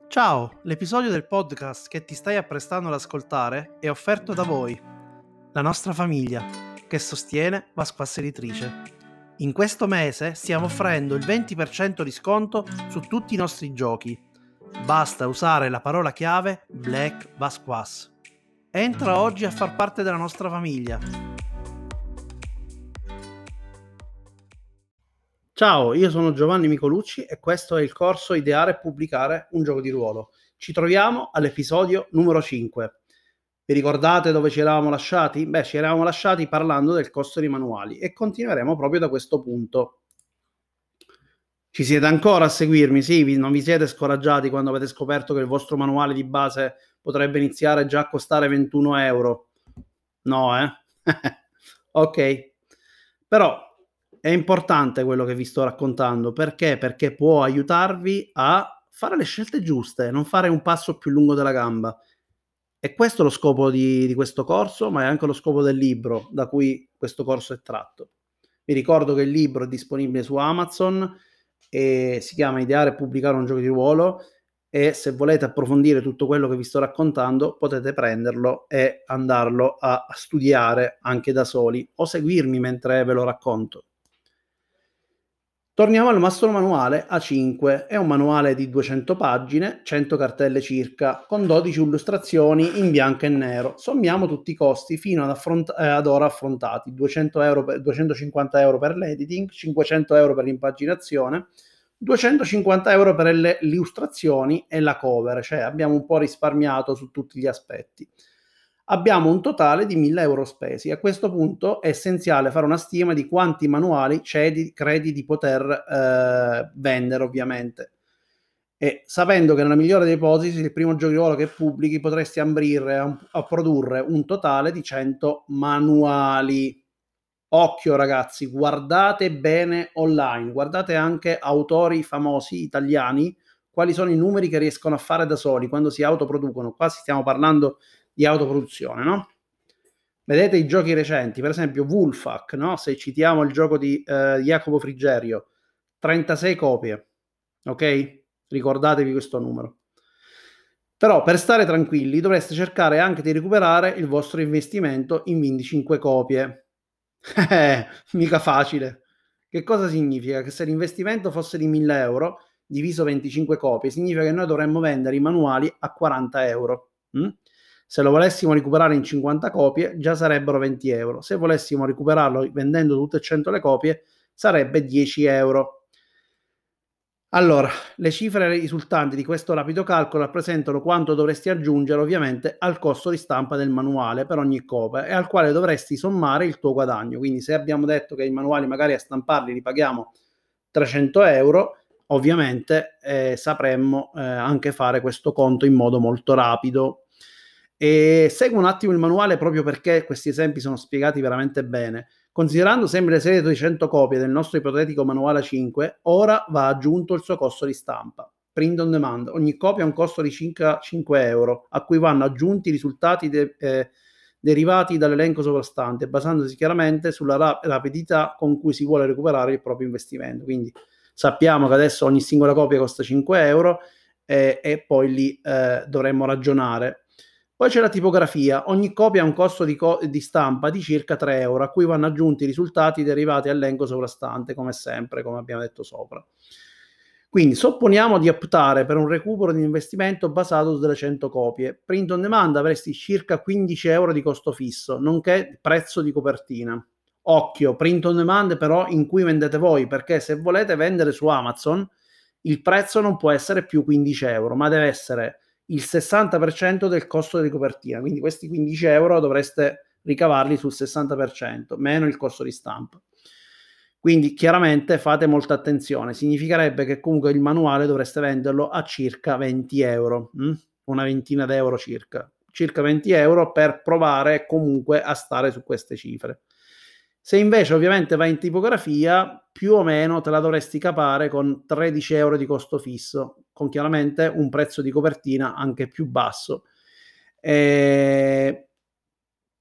Ciao, l'episodio del podcast che ti stai apprestando ad ascoltare è offerto da voi, la nostra famiglia, che sostiene Vasquas Editrice. In questo mese stiamo offrendo il 20% di sconto su tutti i nostri giochi. Basta usare la parola chiave Black Vasquas. Entra oggi a far parte della nostra famiglia. Ciao, io sono Giovanni Micolucci e questo è il corso Ideare e pubblicare un gioco di ruolo. Ci troviamo all'episodio numero 5. Vi ricordate dove ci eravamo lasciati? Beh, ci eravamo lasciati parlando del costo dei manuali e continueremo proprio da questo punto. Ci siete ancora a seguirmi? Sì, non vi siete scoraggiati quando avete scoperto che il vostro manuale di base potrebbe iniziare già a costare 21 euro? No, eh? Ok. Però è importante quello che vi sto raccontando. Perché? Perché può aiutarvi a fare le scelte giuste, non fare un passo più lungo della gamba. E questo è lo scopo di questo corso, ma è anche lo scopo del libro da cui questo corso è tratto. Vi ricordo che il libro è disponibile su Amazon e si chiama Ideare e pubblicare un gioco di ruolo, e se volete approfondire tutto quello che vi sto raccontando potete prenderlo e andarlo a studiare anche da soli o seguirmi mentre ve lo racconto. Torniamo al nostro manuale A5, è un manuale di 200 pagine, 100 cartelle circa, con 12 illustrazioni in bianco e nero. Sommiamo tutti i costi fino ad ora affrontati: 250 euro per l'editing, 500 euro per l'impaginazione, 250 euro per le illustrazioni e la cover, cioè abbiamo un po' risparmiato su tutti gli aspetti. Abbiamo un totale di 1000 euro spesi. A questo punto è essenziale fare una stima di quanti manuali credi di poter vendere, ovviamente. E sapendo che nella migliore dei ipotesi il primo gioco di ruolo che pubblichi potresti ambire a produrre un totale di 100 manuali. Occhio ragazzi, guardate bene online, guardate anche autori famosi italiani, quali sono i numeri che riescono a fare da soli quando si autoproducono. Qua stiamo parlando di autoproduzione, no? Vedete i giochi recenti, per esempio Wolfhack, no? Se citiamo il gioco di Jacopo Frigerio, 36 copie, ok? Ricordatevi questo numero. Però per stare tranquilli dovreste cercare anche di recuperare il vostro investimento in 25 copie. Mica facile. Che cosa significa? Che se l'investimento fosse di 1000 euro diviso 25 copie, significa che noi dovremmo vendere i manuali a 40 euro. Se lo volessimo recuperare in 50 copie già sarebbero 20 euro. Se volessimo recuperarlo vendendo tutte e 100 le copie sarebbe 10 euro. Allora, le cifre risultanti di questo rapido calcolo rappresentano quanto dovresti aggiungere ovviamente al costo di stampa del manuale per ogni copia e al quale dovresti sommare il tuo guadagno. Quindi se abbiamo detto che i manuali magari a stamparli li paghiamo 300 euro, ovviamente sapremmo anche fare questo conto in modo molto rapido. E segui un attimo il manuale proprio perché questi esempi sono spiegati veramente bene. Considerando sempre le serie di 100 copie del nostro ipotetico manuale 5, ora va aggiunto il suo costo di stampa. Print on demand. Ogni copia ha un costo di circa 5 euro, a cui vanno aggiunti i risultati derivati dall'elenco sovrastante, basandosi chiaramente sulla rapidità con cui si vuole recuperare il proprio investimento. Quindi sappiamo che adesso ogni singola copia costa 5 euro e poi lì dovremmo ragionare. Poi c'è la tipografia. Ogni copia ha un costo di stampa di circa 3 euro, a cui vanno aggiunti i risultati derivati dall'elenco sovrastante, come sempre, come abbiamo detto sopra. Quindi supponiamo di optare per un recupero di investimento basato sulle 100 copie. Print on demand avresti circa 15 euro di costo fisso, nonché prezzo di copertina. Occhio, print on demand però in cui vendete voi, perché se volete vendere su Amazon il prezzo non può essere più 15 euro, ma deve essere il 60% del costo di copertina. Quindi questi 15 euro dovreste ricavarli sul 60%, meno il costo di stampa. Quindi chiaramente fate molta attenzione, significherebbe che comunque il manuale dovreste venderlo a circa 20 euro, una ventina d'euro circa 20 euro per provare comunque a stare su queste cifre. Se invece ovviamente vai in tipografia, più o meno te la dovresti capare con 13 euro di costo fisso, con chiaramente un prezzo di copertina anche più basso.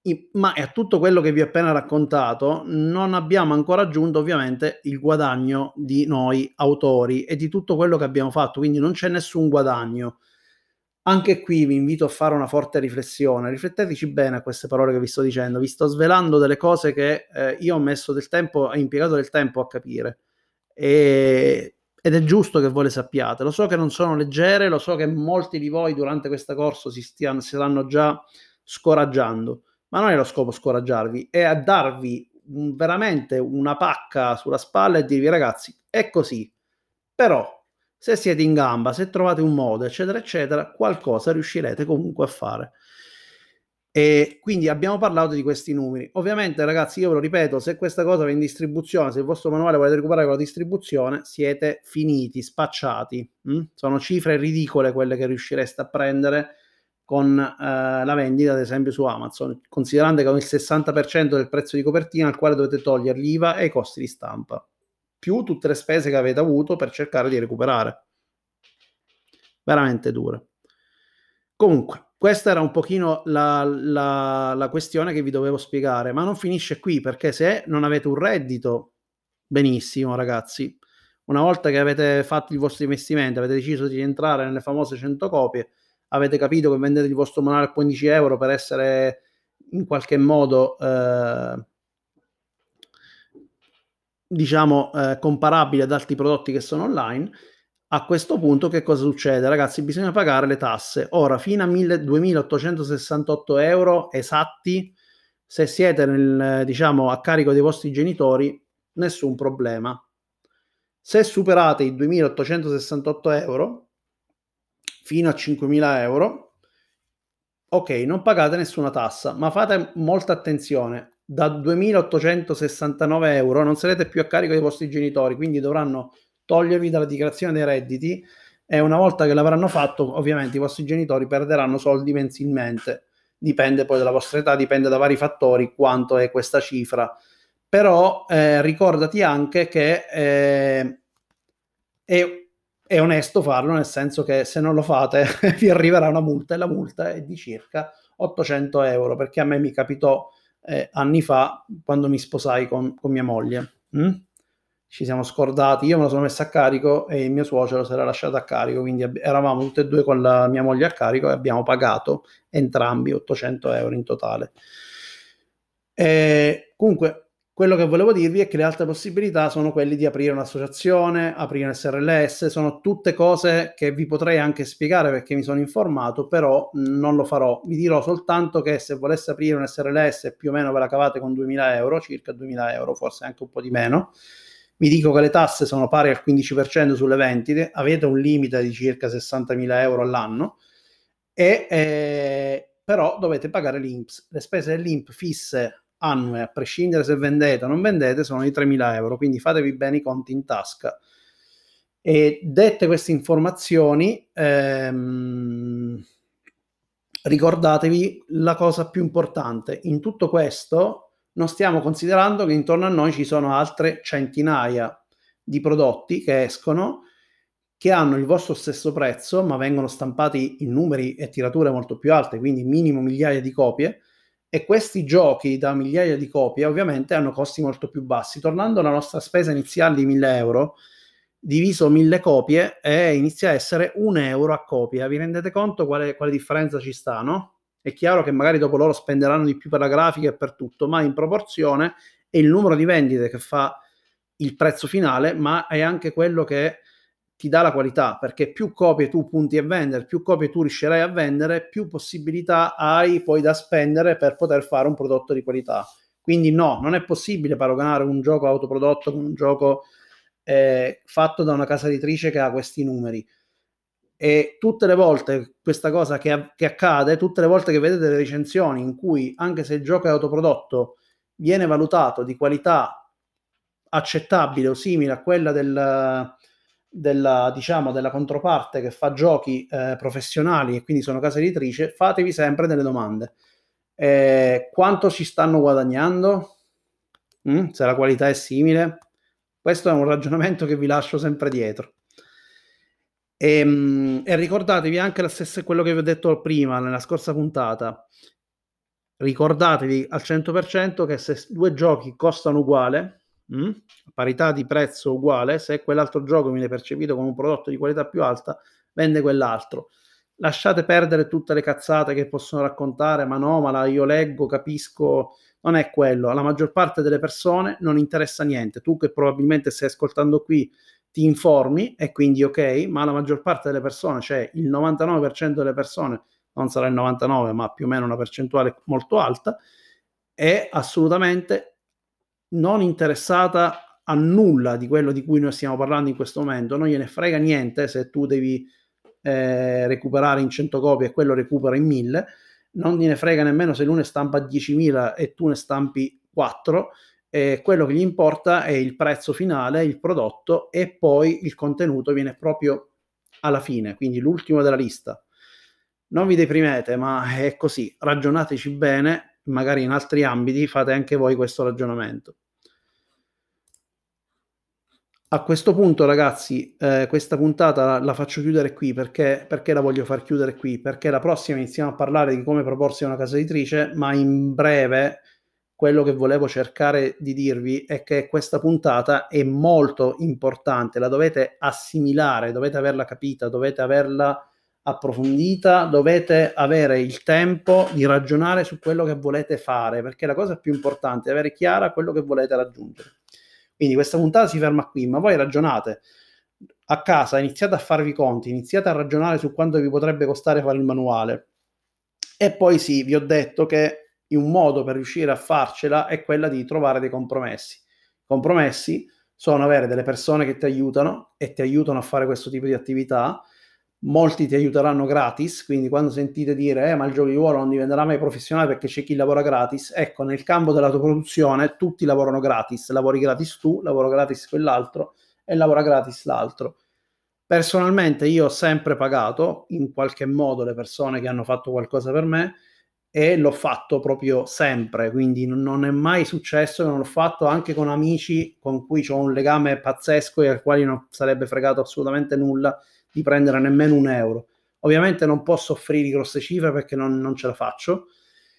ma a tutto quello che vi ho appena raccontato non abbiamo ancora aggiunto ovviamente il guadagno di noi autori e di tutto quello che abbiamo fatto, quindi non c'è nessun guadagno. Anche qui vi invito a fare una forte riflessione, rifletteteci bene a queste parole che vi sto dicendo, vi sto svelando delle cose che io ho messo del tempo, ho impiegato del tempo a capire ed è giusto che voi le sappiate. Lo so che non sono leggere, lo so che molti di voi durante questo corso si stanno già scoraggiando, ma non è lo scopo scoraggiarvi, è a darvi veramente una pacca sulla spalla e dirvi ragazzi, è così, però se siete in gamba, se trovate un modo, eccetera, eccetera, qualcosa riuscirete comunque a fare. E quindi abbiamo parlato di questi numeri. Ovviamente, ragazzi, io ve lo ripeto, se questa cosa va in distribuzione, se il vostro manuale volete recuperare con la distribuzione, siete finiti, spacciati. Sono cifre ridicole quelle che riuscireste a prendere con la vendita, ad esempio, su Amazon, considerando che con il 60% del prezzo di copertina al quale dovete togliere l'IVA e i costi di stampa, più tutte le spese che avete avuto per cercare di recuperare. Veramente dure. Comunque, questa era un pochino la questione che vi dovevo spiegare, ma non finisce qui, perché se non avete un reddito, benissimo ragazzi, una volta che avete fatto il vostro investimento, avete deciso di entrare nelle famose 100 copie, avete capito che vendete il vostro manuale a 15 euro per essere in qualche modo diciamo comparabile ad altri prodotti che sono online. A questo punto che cosa succede? Ragazzi, bisogna pagare le tasse. Ora, fino a 2.868 euro esatti, se siete diciamo, a carico dei vostri genitori, nessun problema. Se superate i 2.868 euro, fino a 5.000 euro, ok, non pagate nessuna tassa, ma fate molta attenzione. Da 2.869 euro non sarete più a carico dei vostri genitori, quindi dovranno togliervi dalla dichiarazione dei redditi e una volta che l'avranno fatto, ovviamente i vostri genitori perderanno soldi mensilmente. Dipende poi dalla vostra età, dipende da vari fattori quanto è questa cifra. Però ricordati anche che è onesto farlo, nel senso che se non lo fate vi arriverà una multa e la multa è di circa 800 euro, perché a me mi capitò anni fa quando mi sposai con mia moglie. Ci siamo scordati, io me lo sono messo a carico e il mio suocero si era lasciato a carico, quindi eravamo tutti e due con la mia moglie a carico e abbiamo pagato entrambi 800 euro in totale. Comunque, quello che volevo dirvi è che le altre possibilità sono quelli di aprire un'associazione, aprire un SRLS, sono tutte cose che vi potrei anche spiegare perché mi sono informato, però non lo farò. Vi dirò soltanto che se volesse aprire un SRLS più o meno ve la cavate con 2.000 euro, circa 2.000 euro, forse anche un po' di meno. Vi dico che le tasse sono pari al 15% sulle vendite, avete un limite di circa 60.000 euro all'anno, però dovete pagare l'INPS. Le spese dell'INPS fisse annue, a prescindere se vendete o non vendete, sono di 3.000 euro, quindi fatevi bene i conti in tasca. E dette queste informazioni, ricordatevi la cosa più importante. In tutto questo non stiamo considerando che intorno a noi ci sono altre centinaia di prodotti che escono, che hanno il vostro stesso prezzo, ma vengono stampati in numeri e tirature molto più alte, quindi minimo migliaia di copie, e questi giochi da migliaia di copie ovviamente hanno costi molto più bassi. Tornando alla nostra spesa iniziale di 1.000 euro, diviso 1.000 copie e inizia a essere 1 euro a copia. Vi rendete conto quale differenza ci sta, no? È chiaro che magari dopo loro spenderanno di più per la grafica e per tutto, ma in proporzione è il numero di vendite che fa il prezzo finale, ma è anche quello che ti dà la qualità, perché più copie tu punti a vendere, più copie tu riuscirai a vendere, più possibilità hai poi da spendere per poter fare un prodotto di qualità. Quindi no, non è possibile paragonare un gioco autoprodotto con un gioco fatto da una casa editrice che ha questi numeri. E tutte le volte questa cosa che accade, tutte le volte che vedete le recensioni in cui anche se il gioco è autoprodotto viene valutato di qualità accettabile o simile a quella diciamo, della controparte che fa giochi professionali e quindi sono case editrici, fatevi sempre delle domande. Quanto ci stanno guadagnando? Se la qualità è simile? Questo è un ragionamento che vi lascio sempre dietro. E ricordatevi anche la stessa quello che vi ho detto prima nella scorsa puntata. ricordatevi al 100% che se due giochi costano uguale, parità di prezzo uguale, se quell'altro gioco viene percepito come un prodotto di qualità più alta, vende quell'altro. Lasciate perdere tutte le cazzate che possono raccontare, ma no, ma io leggo, capisco, non è quello. Alla maggior parte delle persone non interessa niente. Tu che probabilmente stai ascoltando qui ti informi e quindi ok, ma la maggior parte delle persone, cioè il 99% delle persone, non sarà il 99, ma più o meno una percentuale molto alta, è assolutamente non interessata a nulla di quello di cui noi stiamo parlando in questo momento. Non gliene frega niente se tu devi recuperare in 100 copie e quello recupera in 1000, non gliene frega nemmeno se lui ne stampa 10.000 e tu ne stampi 4. Quello che gli importa è il prezzo finale, il prodotto, e poi il contenuto viene proprio alla fine, quindi l'ultimo della lista. Non vi deprimete, ma è così, ragionateci bene, magari in altri ambiti fate anche voi questo ragionamento. A questo punto, ragazzi, questa puntata la faccio chiudere qui perché la voglio far chiudere qui? Perché la prossima iniziamo a parlare di come proporsi a una casa editrice, ma in breve quello che volevo cercare di dirvi è che questa puntata è molto importante, la dovete assimilare, dovete averla capita, dovete averla approfondita, dovete avere il tempo di ragionare su quello che volete fare, perché la cosa più importante è avere chiara quello che volete raggiungere. Quindi questa puntata si ferma qui, ma voi ragionate a casa, iniziate a farvi i conti, iniziate a ragionare su quanto vi potrebbe costare fare il manuale. E poi sì, vi ho detto che un modo per riuscire a farcela è quella di trovare dei compromessi. Compromessi sono avere delle persone che ti aiutano e ti aiutano a fare questo tipo di attività. Molti ti aiuteranno gratis, quindi quando sentite dire ma il gioco di ruolo non diventerà mai professionale perché c'è chi lavora gratis, ecco, nel campo della tua produzione tutti lavorano gratis, lavori gratis tu, lavora gratis quell'altro e lavora gratis l'altro. Personalmente io ho sempre pagato in qualche modo le persone che hanno fatto qualcosa per me e l'ho fatto proprio sempre, quindi non è mai successo che non l'ho fatto anche con amici con cui ho un legame pazzesco e ai quali non sarebbe fregato assolutamente nulla di prendere nemmeno un euro. Ovviamente non posso offrire grosse cifre perché non ce la faccio,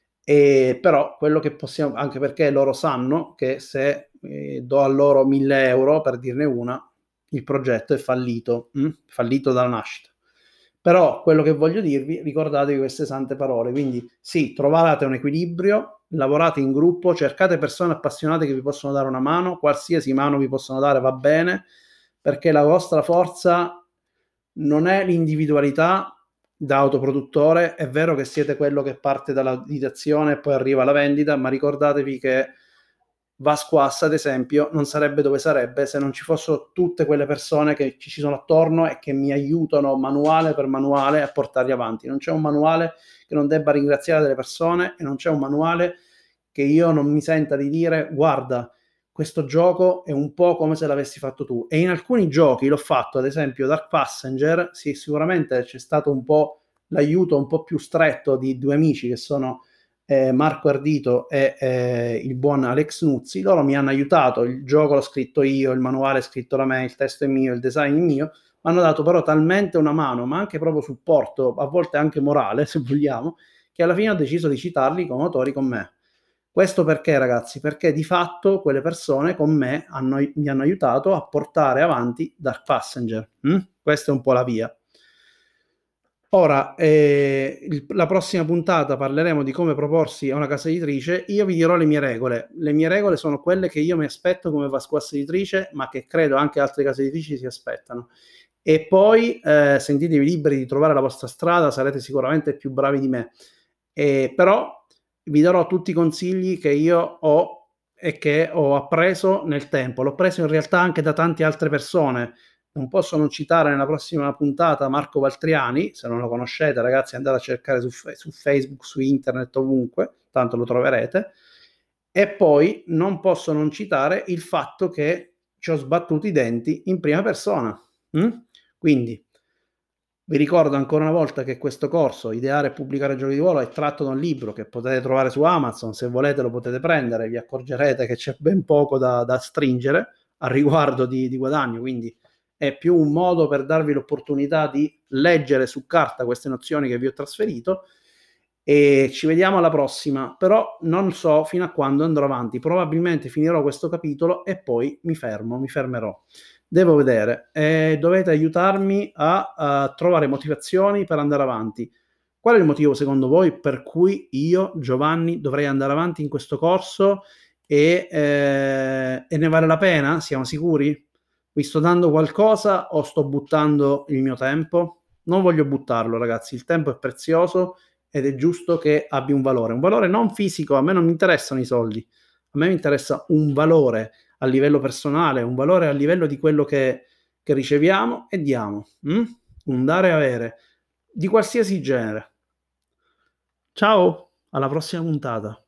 però quello che possiamo, anche perché loro sanno che se do a loro 1.000 euro, per dirne una, il progetto è fallito, fallito dalla nascita. Però quello che voglio dirvi, ricordatevi queste sante parole, quindi sì, trovate un equilibrio, lavorate in gruppo, cercate persone appassionate che vi possono dare una mano, qualsiasi mano vi possono dare va bene, perché la vostra forza non è l'individualità da autoproduttore. È vero che siete quello che parte dalla ideazione e poi arriva alla vendita, ma ricordatevi che Vasquas, ad esempio, non sarebbe dove sarebbe se non ci fossero tutte quelle persone che ci sono attorno e che mi aiutano manuale per manuale a portarli avanti. Non c'è un manuale che non debba ringraziare delle persone e non c'è un manuale che io non mi senta di dire guarda, questo gioco è un po' come se l'avessi fatto tu. E in alcuni giochi l'ho fatto, ad esempio Dark Passenger, sì, sicuramente c'è stato un po' l'aiuto un po' più stretto di due amici che sono Marco Ardito e il buon Alex Nuzzi. Loro mi hanno aiutato, il gioco l'ho scritto io, il manuale è scritto da me, il testo è mio, il design è mio, mi hanno dato però talmente una mano, ma anche proprio supporto, a volte anche morale, se vogliamo, che alla fine ho deciso di citarli come autori con me. Questo perché, ragazzi? Perché di fatto quelle persone con me mi hanno aiutato a portare avanti Dark Passenger. Questa è un po' la via. Ora, la prossima puntata parleremo di come proporsi a una casa editrice. Io vi dirò le mie regole. Le mie regole sono quelle che io mi aspetto come Vasquas editrice, ma che credo anche altre case editrici si aspettano. E poi sentitevi liberi di trovare la vostra strada, sarete sicuramente più bravi di me. Però vi darò tutti i consigli che io ho e che ho appreso nel tempo. L'ho preso in realtà anche da tante altre persone. Non posso non citare nella prossima puntata Marco Valtriani, se non lo conoscete ragazzi andate a cercare su Facebook, su internet, ovunque, tanto lo troverete. E poi non posso non citare il fatto che ci ho sbattuto i denti in prima persona. Quindi vi ricordo ancora una volta che questo corso, Ideare e pubblicare giochi di ruolo, è tratto da un libro che potete trovare su Amazon, se volete lo potete prendere, vi accorgerete che c'è ben poco da stringere a riguardo di guadagno, quindi è più un modo per darvi l'opportunità di leggere su carta queste nozioni che vi ho trasferito. e ci vediamo alla prossima, però non so fino a quando andrò avanti. Probabilmente finirò questo capitolo e poi mi fermerò. Devo vedere e dovete aiutarmi a trovare motivazioni per andare avanti. Qual è il motivo secondo voi per cui io, Giovanni, dovrei andare avanti in questo corso e ne vale la pena? Siamo sicuri? Vi sto dando qualcosa o sto buttando il mio tempo? Non voglio buttarlo, ragazzi, il tempo è prezioso ed è giusto che abbia un valore non fisico, a me non mi interessano i soldi, a me mi interessa un valore a livello personale, un valore a livello di quello che riceviamo e diamo, un dare e avere, di qualsiasi genere. Ciao, alla prossima puntata.